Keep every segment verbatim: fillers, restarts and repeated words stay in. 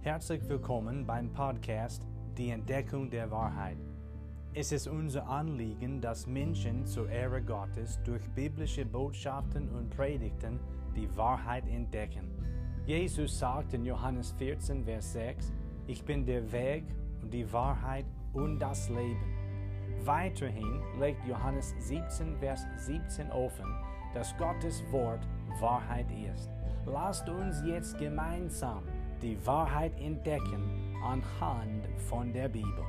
Herzlich willkommen beim Podcast Die Entdeckung der Wahrheit. Es ist unser Anliegen, dass Menschen zur Ehre Gottes durch biblische Botschaften und Predigten die Wahrheit entdecken. Jesus sagt in Johannes vierzehn, Vers sechs, ich bin der Weg und die Wahrheit und das Leben. Weiterhin legt Johannes siebzehn, Vers siebzehn offen, dass Gottes Wort Wahrheit ist. Lasst uns jetzt gemeinsam die Wahrheit entdecken anhand von der Bibel.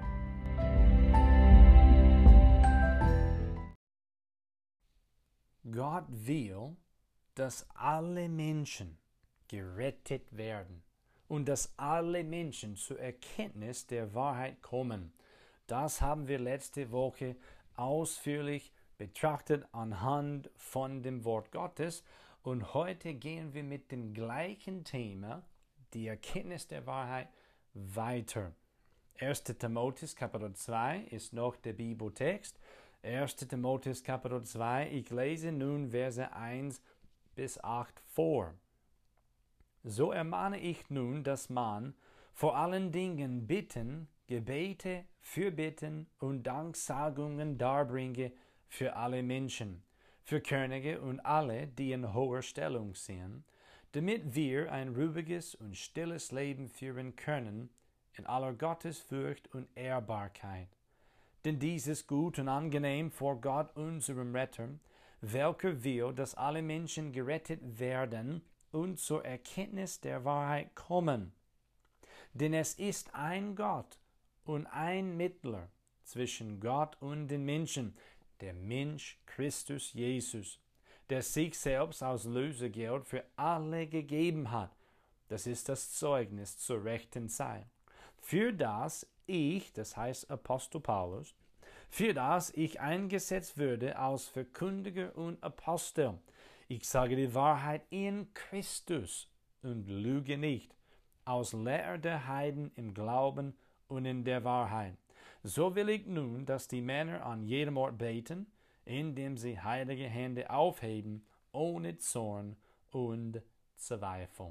Gott will, dass alle Menschen gerettet werden und dass alle Menschen zur Erkenntnis der Wahrheit kommen. Das haben wir letzte Woche ausführlich betrachtet anhand von dem Wort Gottes und heute gehen wir mit dem gleichen Thema, die Erkenntnis der Wahrheit, weiter. erster Timotheus Kapitel zwei ist noch der Bibeltext. erster Timotheus Kapitel zwei, ich lese nun Verse eins bis acht vor. So ermahne ich nun, dass man vor allen Dingen Bitten, Gebete, Fürbitten und Danksagungen darbringe für alle Menschen, für Könige und alle, die in hoher Stellung sind, damit wir ein ruhiges und stilles Leben führen können, in aller Gottesfurcht und Ehrbarkeit. Denn dies ist gut und angenehm vor Gott, unserem Retter, welcher will, dass alle Menschen gerettet werden und zur Erkenntnis der Wahrheit kommen. Denn es ist ein Gott und ein Mittler zwischen Gott und den Menschen, der Mensch Christus Jesus, der sich selbst als Lösegeld für alle gegeben hat. Das ist das Zeugnis zur rechten Zeit. Für das ich, das heißt Apostel Paulus, für das ich eingesetzt würde als Verkündiger und Apostel. Ich sage die Wahrheit in Christus und lüge nicht, als Lehrer der Heiden im Glauben und in der Wahrheit. So will ich nun, dass die Männer an jedem Ort beten, indem sie heilige Hände aufheben, ohne Zorn und Zweifel.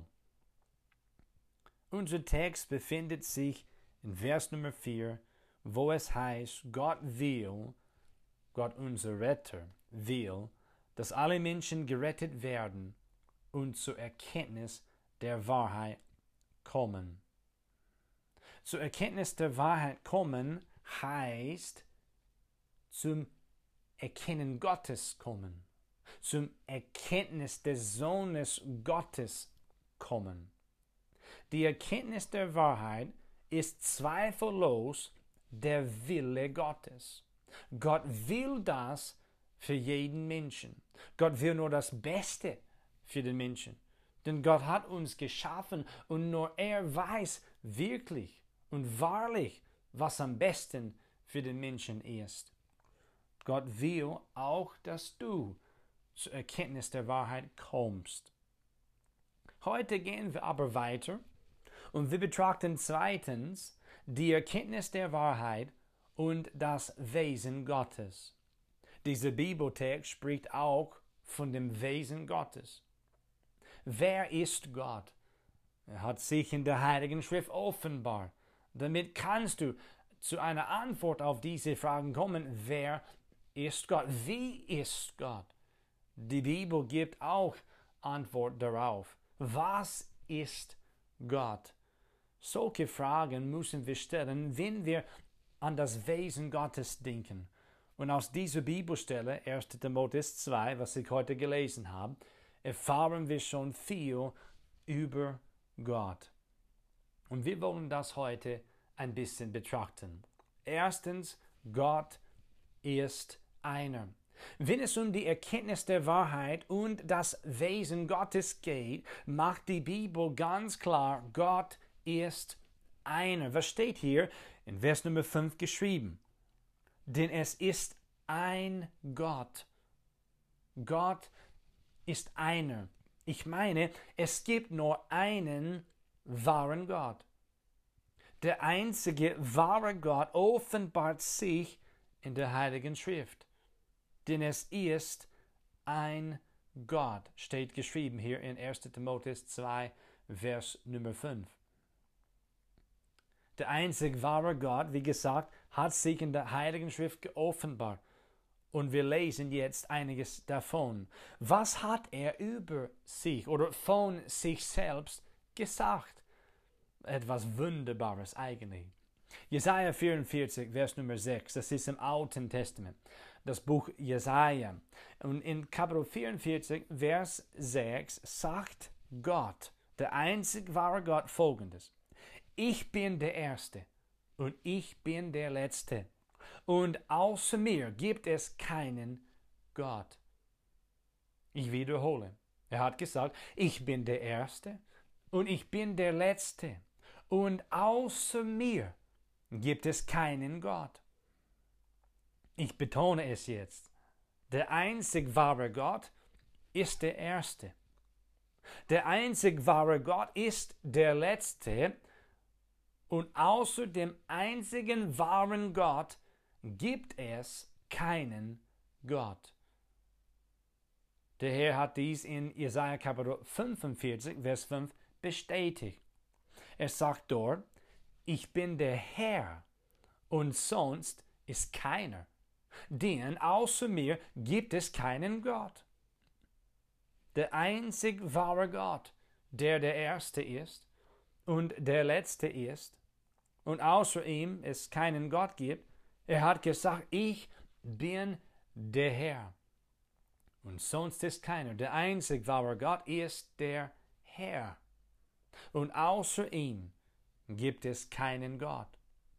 Unser Text befindet sich in Vers Nummer vier, wo es heißt, Gott will, Gott unser Retter will, dass alle Menschen gerettet werden und zur Erkenntnis der Wahrheit kommen. Zur Erkenntnis der Wahrheit kommen heißt zum Erkennen Gottes kommen, zum Erkenntnis des Sohnes Gottes kommen. Die Erkenntnis der Wahrheit ist zweifellos der Wille Gottes. Gott will das für jeden Menschen. Gott will nur das Beste für den Menschen. Denn Gott hat uns geschaffen und nur er weiß wirklich und wahrlich, was am besten für den Menschen ist. Gott will auch, dass du zur Erkenntnis der Wahrheit kommst. Heute gehen wir aber weiter und wir betrachten zweitens die Erkenntnis der Wahrheit und das Wesen Gottes. Dieser Bibeltext spricht auch von dem Wesen Gottes. Wer ist Gott? Er hat sich in der Heiligen Schrift offenbart. Damit kannst du zu einer Antwort auf diese Fragen kommen. Wer ist Gott? Wie ist Gott? Die Bibel gibt auch Antwort darauf. Was ist Gott? Solche Fragen müssen wir stellen, wenn wir an das Wesen Gottes denken. Und aus dieser Bibelstelle, erster Timotheus zwei, was ich heute gelesen habe, erfahren wir schon viel über Gott. Und wir wollen das heute ein bisschen betrachten. Erstens, Gott ist einer. Wenn es um die Erkenntnis der Wahrheit und das Wesen Gottes geht, macht die Bibel ganz klar, Gott ist einer. Was steht hier in Vers Nummer fünf geschrieben? Denn es ist ein Gott. Gott ist einer. Ich meine, es gibt nur einen wahren Gott. Der einzige wahre Gott offenbart sich in der Heiligen Schrift. Denn es ist ein Gott, steht geschrieben hier in erster Timotheus zwei, Vers Nummer fünf. Der einzig wahre Gott, wie gesagt, hat sich in der Heiligen Schrift geoffenbart. Und wir lesen jetzt einiges davon. Was hat er über sich oder von sich selbst gesagt? Etwas Wunderbares eigentlich. Jesaja vierundvierzig, Vers Nummer sechs, das ist im Alten Testament, das Buch Jesaja. Und in Kapitel vierundvierzig, Vers sechs, sagt Gott, der einzig wahre Gott, Folgendes: Ich bin der Erste und ich bin der Letzte. Und außer mir gibt es keinen Gott. Ich wiederhole. Er hat gesagt, ich bin der Erste und ich bin der Letzte. Und außer mir gibt es keinen Gott. Ich betone es jetzt. Der einzig wahre Gott ist der Erste. Der einzig wahre Gott ist der Letzte. Und außer dem einzigen wahren Gott gibt es keinen Gott. Der Herr hat dies in Jesaja Kapitel fünfundvierzig, Vers fünf bestätigt. Er sagt dort, ich bin der Herr und sonst ist keiner, denn außer mir gibt es keinen Gott. Der einzig wahre Gott, der der Erste ist und der Letzte ist und außer ihm es keinen Gott gibt, er hat gesagt, ich bin der Herr und sonst ist keiner. Der einzig wahre Gott ist der Herr und außer ihm gibt es keinen Gott.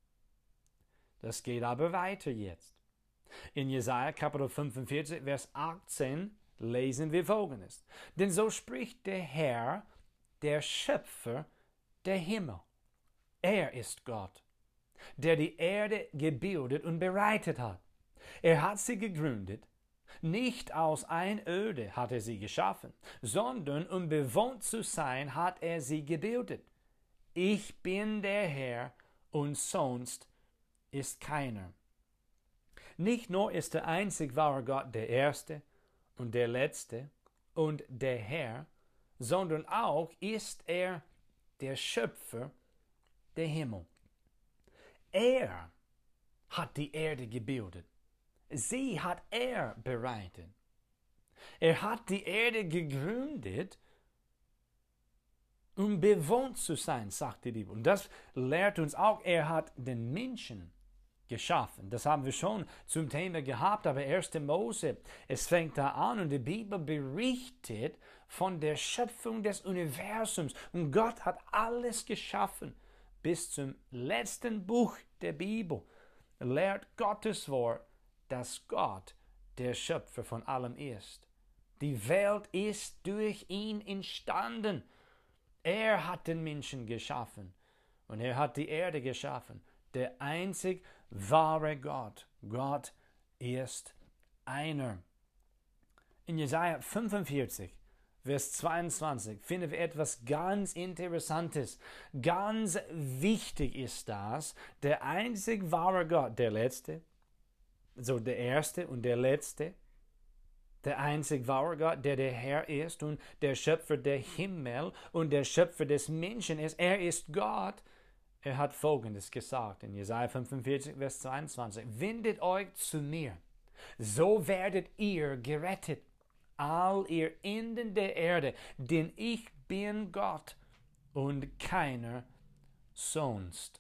Das geht aber weiter jetzt. In Jesaja Kapitel fünfundvierzig, Vers achtzehn lesen wir Folgendes. Denn so spricht der Herr, der Schöpfer der Himmel. Er ist Gott, der die Erde gebildet und bereitet hat. Er hat sie gegründet. Nicht aus Einöde hat er sie geschaffen, sondern um bewohnt zu sein, hat er sie gebildet. Ich bin der Herr und sonst ist keiner. Nicht nur ist der einzig wahre Gott der Erste und der Letzte und der Herr, sondern auch ist er der Schöpfer der Himmel. Er hat die Erde gebildet. Sie hat er bereitet. Er hat die Erde gegründet, um bewohnt zu sein, sagt die Bibel. Und das lehrt uns auch, er hat den Menschen geschaffen. Das haben wir schon zum Thema gehabt, aber erster Mose, es fängt da an und die Bibel berichtet von der Schöpfung des Universums. Und Gott hat alles geschaffen. Bis zum letzten Buch der Bibel lehrt Gottes Wort, dass Gott der Schöpfer von allem ist. Die Welt ist durch ihn entstanden. Er hat den Menschen geschaffen und er hat die Erde geschaffen. Der einzig wahre Gott. Gott ist einer. In Jesaja fünfundvierzig, Vers zweiundzwanzig finden wir etwas ganz Interessantes. Ganz wichtig ist das, der einzig wahre Gott, der Letzte, also der Erste und der Letzte, der einzig wahre Gott, der der Herr ist und der Schöpfer der Himmel und der Schöpfer des Menschen ist. Er ist Gott. Er hat Folgendes gesagt in Jesaja fünfundvierzig, Vers zweiundzwanzig. Wendet euch zu mir, so werdet ihr gerettet, all ihr Enden der Erde, denn ich bin Gott und keiner sonst.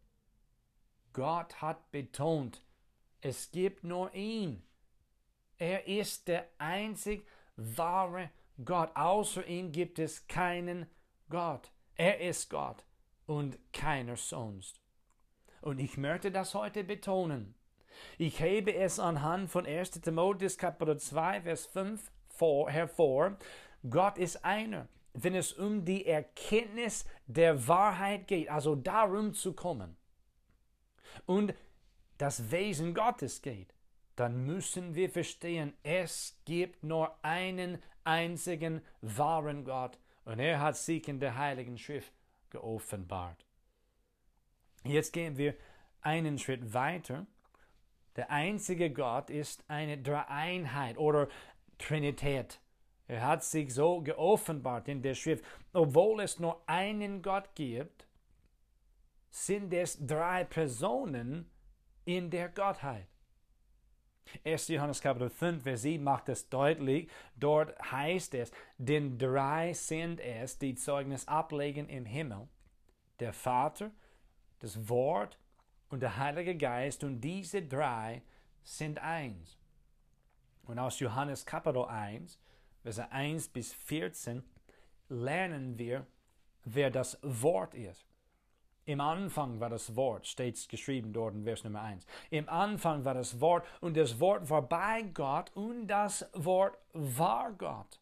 Gott hat betont, es gibt nur ihn. Er ist der einzig wahre Gott. Außer ihm gibt es keinen Gott. Er ist Gott und keiner sonst. Und ich möchte das heute betonen. Ich hebe es anhand von erster Timotheus Kapitel zwei, Vers fünf vor, hervor. Gott ist einer. Wenn es um die Erkenntnis der Wahrheit geht, also darum zu kommen, und das Wesen Gottes geht, dann müssen wir verstehen, es gibt nur einen einzigen wahren Gott und er hat sich in der Heiligen Schrift geoffenbart. Jetzt gehen wir einen Schritt weiter. Der einzige Gott ist eine Dreieinheit oder Trinität. Er hat sich so geoffenbart in der Schrift. Obwohl es nur einen Gott gibt, sind es drei Personen in der Gottheit. erster Johannes Kapitel fünf, Vers sieben macht es deutlich. Dort heißt es, denn drei sind es, die Zeugnis ablegen im Himmel. Der Vater, das Wort und der Heilige Geist. Und diese drei sind eins. Und aus Johannes Kapitel eins, Verse eins bis vierzehn, lernen wir, wer das Wort ist. Im Anfang war das Wort, steht geschrieben dort in Vers Nummer eins. Im Anfang war das Wort und das Wort war bei Gott und das Wort war Gott.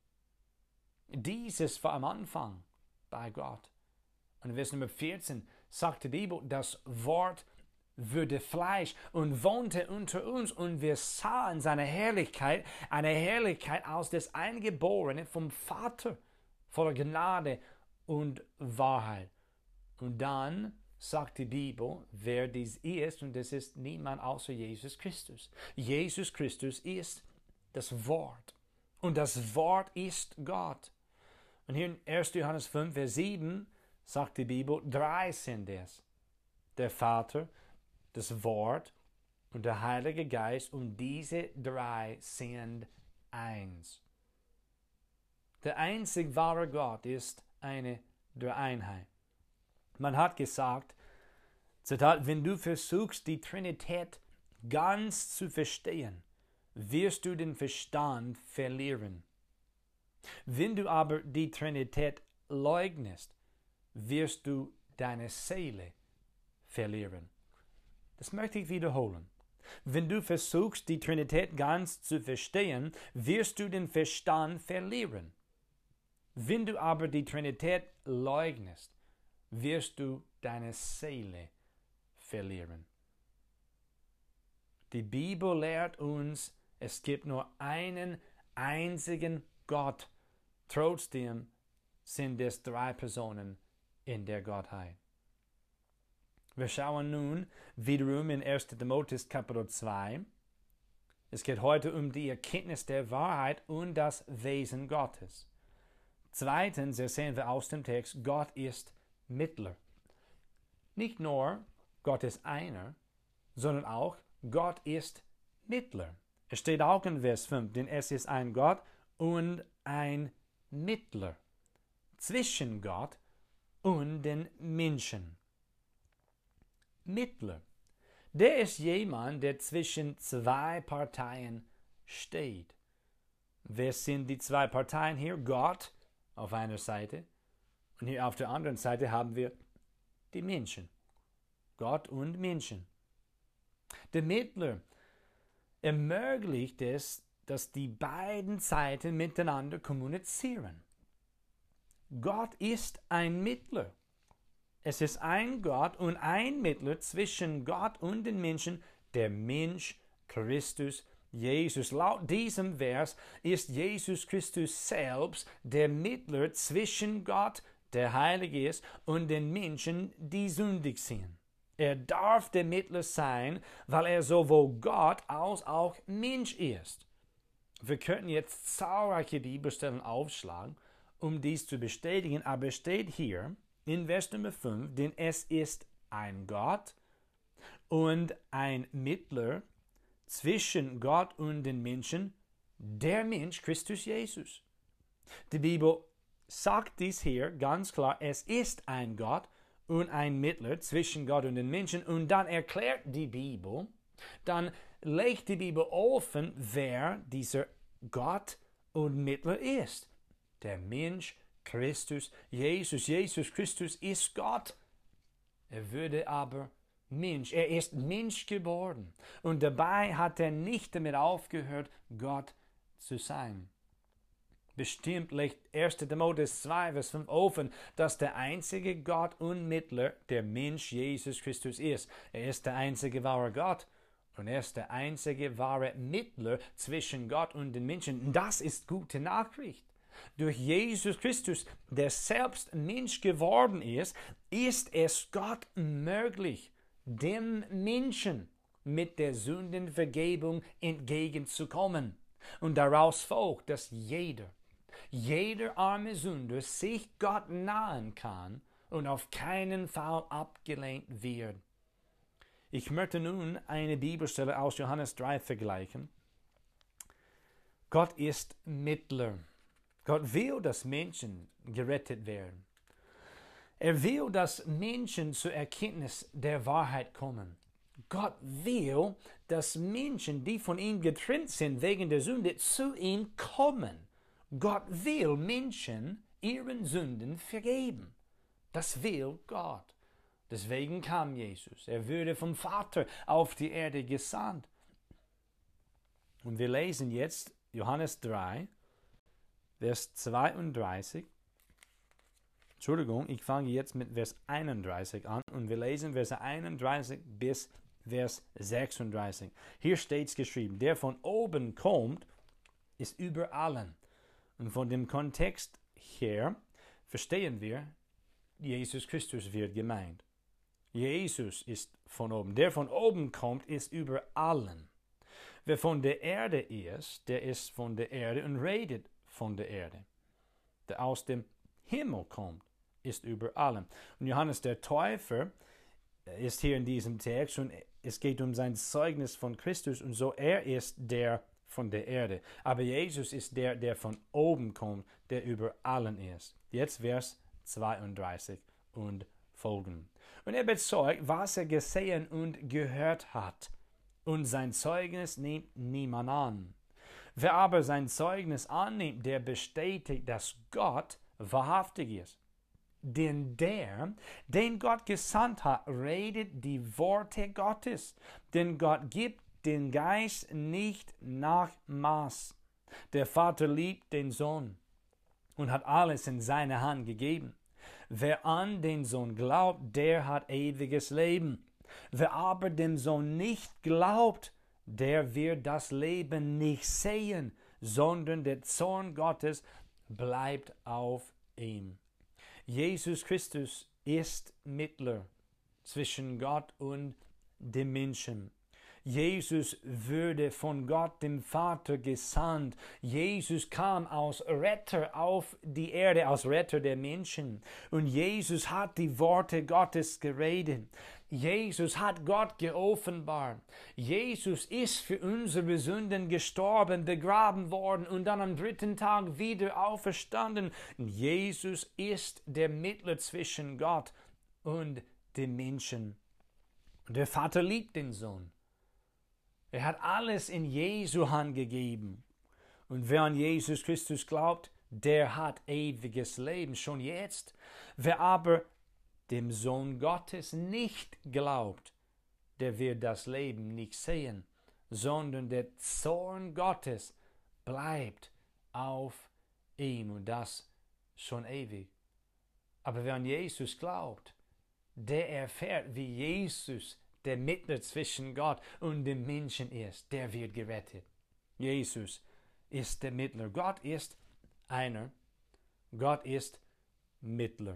Dieses war am Anfang bei Gott. Und in Vers Nummer vierzehn sagt die Bibel, das Wort wurde Fleisch und wohnte unter uns und wir sahen seine Herrlichkeit, eine Herrlichkeit aus des Eingeborenen vom Vater, voller Gnade und Wahrheit. Und dann sagt die Bibel, wer dies ist, und das ist niemand außer Jesus Christus. Jesus Christus ist das Wort. Und das Wort ist Gott. Und hier in erster Johannes fünf, Vers sieben sagt die Bibel, drei sind es. Der Vater, das Wort und der Heilige Geist. Und diese drei sind eins. Der einzig wahre Gott ist eine Dreieinheit. Man hat gesagt, Zitat, wenn du versuchst, die Trinität ganz zu verstehen, wirst du den Verstand verlieren. Wenn du aber die Trinität leugnest, wirst du deine Seele verlieren. Das möchte ich wiederholen. Wenn du versuchst, die Trinität ganz zu verstehen, wirst du den Verstand verlieren. Wenn du aber die Trinität leugnest, wirst du deine Seele verlieren. Die Bibel lehrt uns, es gibt nur einen einzigen Gott. Trotzdem sind es drei Personen in der Gottheit. Wir schauen nun wiederum in erster Timotheus Kapitel zwei. Es geht heute um die Erkenntnis der Wahrheit und das Wesen Gottes. Zweitens sehen wir aus dem Text, Gott ist Mittler. Nicht nur Gott ist einer, sondern auch Gott ist Mittler. Es steht auch in Vers fünf, denn es ist ein Gott und ein Mittler zwischen Gott und den Menschen. Mittler. Der ist jemand, der zwischen zwei Parteien steht. Wer sind die zwei Parteien hier? Gott auf einer Seite und hier auf der anderen Seite haben wir die Menschen. Gott und Menschen. Der Mittler ermöglicht es, dass die beiden Seiten miteinander kommunizieren. Gott ist ein Mittler. Es ist ein Gott und ein Mittler zwischen Gott und den Menschen, der Mensch Christus Jesus. Laut diesem Vers ist Jesus Christus selbst der Mittler zwischen Gott, der heilig ist, und den Menschen, die sündig sind. Er darf der Mittler sein, weil er sowohl Gott als auch Mensch ist. Wir könnten jetzt zahlreiche Bibelstellen aufschlagen, um dies zu bestätigen, aber es steht hier in Vers Nummer fünf, denn es ist ein Gott und ein Mittler zwischen Gott und den Menschen, der Mensch Christus Jesus. Die Bibel sagt dies hier ganz klar, es ist ein Gott und ein Mittler zwischen Gott und den Menschen, und dann erklärt die Bibel, dann legt die Bibel offen, wer dieser Gott und Mittler ist. Der Mensch Christus Jesus. Jesus Christus ist Gott. Er würde aber Mensch. Er ist Mensch geworden. Und dabei hat er nicht damit aufgehört, Gott zu sein. Bestimmt legt erster Timotheus zwei, Vers fünf offen, dass der einzige Gott und Mittler der Mensch Jesus Christus ist. Er ist der einzige wahre Gott und er ist der einzige wahre Mittler zwischen Gott und den Menschen. Das ist gute Nachricht. Durch Jesus Christus, der selbst Mensch geworden ist, ist es Gott möglich, dem Menschen mit der Sündenvergebung entgegenzukommen. Und daraus folgt, dass jeder, jeder arme Sünder sich Gott nahen kann und auf keinen Fall abgelehnt wird. Ich möchte nun eine Bibelstelle aus Johannes drei vergleichen. Gott ist Mittler. Gott will, dass Menschen gerettet werden. Er will, dass Menschen zur Erkenntnis der Wahrheit kommen. Gott will, dass Menschen, die von ihm getrennt sind wegen der Sünde, zu ihm kommen. Gott will Menschen ihren Sünden vergeben. Das will Gott. Deswegen kam Jesus. Er wurde vom Vater auf die Erde gesandt. Und wir lesen jetzt Johannes drei, Vers zweiunddreißig. Entschuldigung, ich fange jetzt mit Vers einunddreißig an und wir lesen Verse einunddreißig bis Vers sechsunddreißig. Hier steht es geschrieben, der von oben kommt, ist über allen. Und von dem Kontext her verstehen wir, Jesus Christus wird gemeint. Jesus ist von oben. Der von oben kommt, ist über allen. Wer von der Erde ist, der ist von der Erde und redet von der Erde. Der aus dem Himmel kommt, ist über allem. Und Johannes der Täufer ist hier in diesem Text und es geht um sein Zeugnis von Christus und so, er ist der von der Erde. Aber Jesus ist der, der von oben kommt, der über allen ist. Jetzt Vers zweiunddreißig und folgend. Und er bezeugt, was er gesehen und gehört hat. Und sein Zeugnis nimmt niemand an. Wer aber sein Zeugnis annimmt, der bestätigt, dass Gott wahrhaftig ist. Denn der, den Gott gesandt hat, redet die Worte Gottes. Denn Gott gibt den Geist nicht nach Maß. Der Vater liebt den Sohn und hat alles in seine Hand gegeben. Wer an den Sohn glaubt, der hat ewiges Leben. Wer aber dem Sohn nicht glaubt, der wird das Leben nicht sehen, sondern der Zorn Gottes bleibt auf ihm. Jesus Christus ist Mittler zwischen Gott und dem Menschen. Jesus wurde von Gott dem Vater gesandt. Jesus kam als Retter auf die Erde, als Retter der Menschen. Und Jesus hat die Worte Gottes geredet. Jesus hat Gott geoffenbart. Jesus ist für unsere Sünden gestorben, begraben worden und dann am dritten Tag wieder auferstanden. Und Jesus ist der Mittler zwischen Gott und dem Menschen. Und der Vater liebt den Sohn. Er hat alles in Jesu Hand gegeben. Und wer an Jesus Christus glaubt, der hat ewiges Leben, schon jetzt. Wer aber dem Sohn Gottes nicht glaubt, der wird das Leben nicht sehen, sondern der Zorn Gottes bleibt auf ihm und das schon ewig. Aber wer an Jesus glaubt, der erfährt, wie Jesus der Mittler zwischen Gott und dem Menschen ist, der wird gerettet. Jesus ist der Mittler. Gott ist einer. Gott ist Mittler.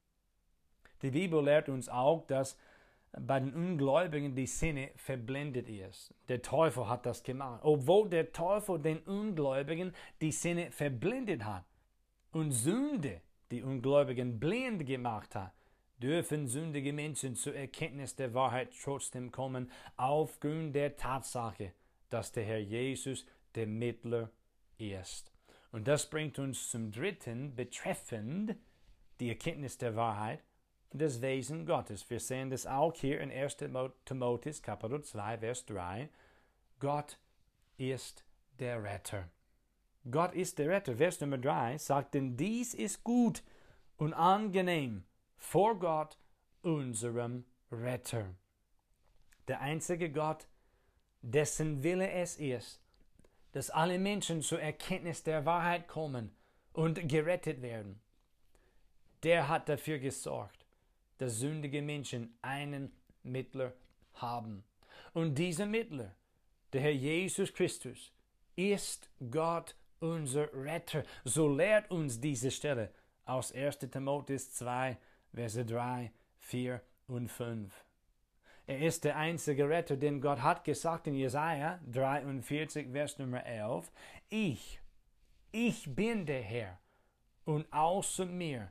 Die Bibel lehrt uns auch, dass bei den Ungläubigen die Sinne verblendet ist. Der Teufel hat das gemacht. Obwohl der Teufel den Ungläubigen die Sinne verblendet hat und Sünde die Ungläubigen blind gemacht hat, dürfen sündige Menschen zur Erkenntnis der Wahrheit trotzdem kommen, aufgrund der Tatsache, dass der Herr Jesus der Mittler ist. Und das bringt uns zum dritten, betreffend die Erkenntnis der Wahrheit und das Wesen Gottes. Wir sehen das auch hier in erster Timotheus, Kapitel zwei, Vers drei. Gott ist der Retter. Gott ist der Retter. Vers Nummer drei sagt, denn dies ist gut und angenehm vor Gott, unserem Retter. Der einzige Gott, dessen Wille es ist, dass alle Menschen zur Erkenntnis der Wahrheit kommen und gerettet werden, der hat dafür gesorgt, dass sündige Menschen einen Mittler haben. Und dieser Mittler, der Herr Jesus Christus, ist Gott, unser Retter. So lehrt uns diese Stelle aus erster Timotheus zwei, Verse drei, vier und fünf. Er ist der einzige Retter, denn Gott hat gesagt in Jesaja dreiundvierzig, Vers Nummer elf, Ich, ich bin der Herr, und außer mir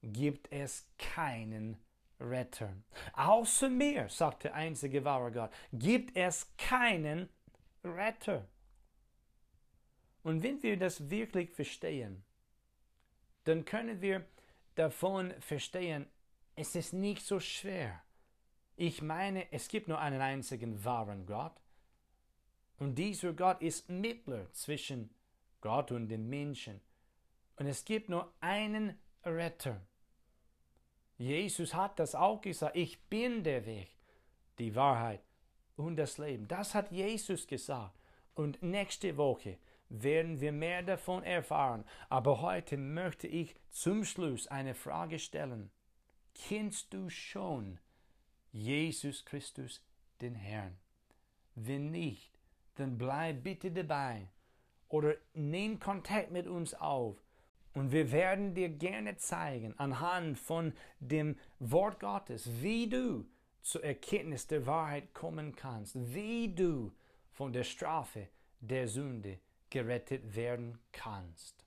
gibt es keinen Retter. Außer mir, sagt der einzige wahre Gott, gibt es keinen Retter. Und wenn wir das wirklich verstehen, dann können wir davon verstehen, es ist nicht so schwer. Ich meine, es gibt nur einen einzigen wahren Gott. Und dieser Gott ist Mittler zwischen Gott und den Menschen. Und es gibt nur einen Retter. Jesus hat das auch gesagt. Ich bin der Weg, die Wahrheit und das Leben. Das hat Jesus gesagt. Und nächste Woche werden wir mehr davon erfahren. Aber heute möchte ich zum Schluss eine Frage stellen. Kennst du schon Jesus Christus, den Herrn? Wenn nicht, dann bleib bitte dabei oder nimm Kontakt mit uns auf. Und wir werden dir gerne zeigen, anhand von dem Wort Gottes, wie du zur Erkenntnis der Wahrheit kommen kannst, wie du von der Strafe der Sünde gerettet werden kannst.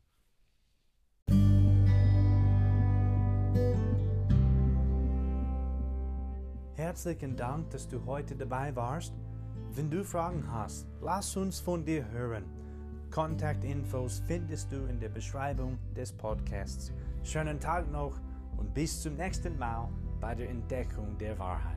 Herzlichen Dank, dass du heute dabei warst. Wenn du Fragen hast, lass uns von dir hören. Kontaktinfos findest du in der Beschreibung des Podcasts. Schönen Tag noch und bis zum nächsten Mal bei der Entdeckung der Wahrheit.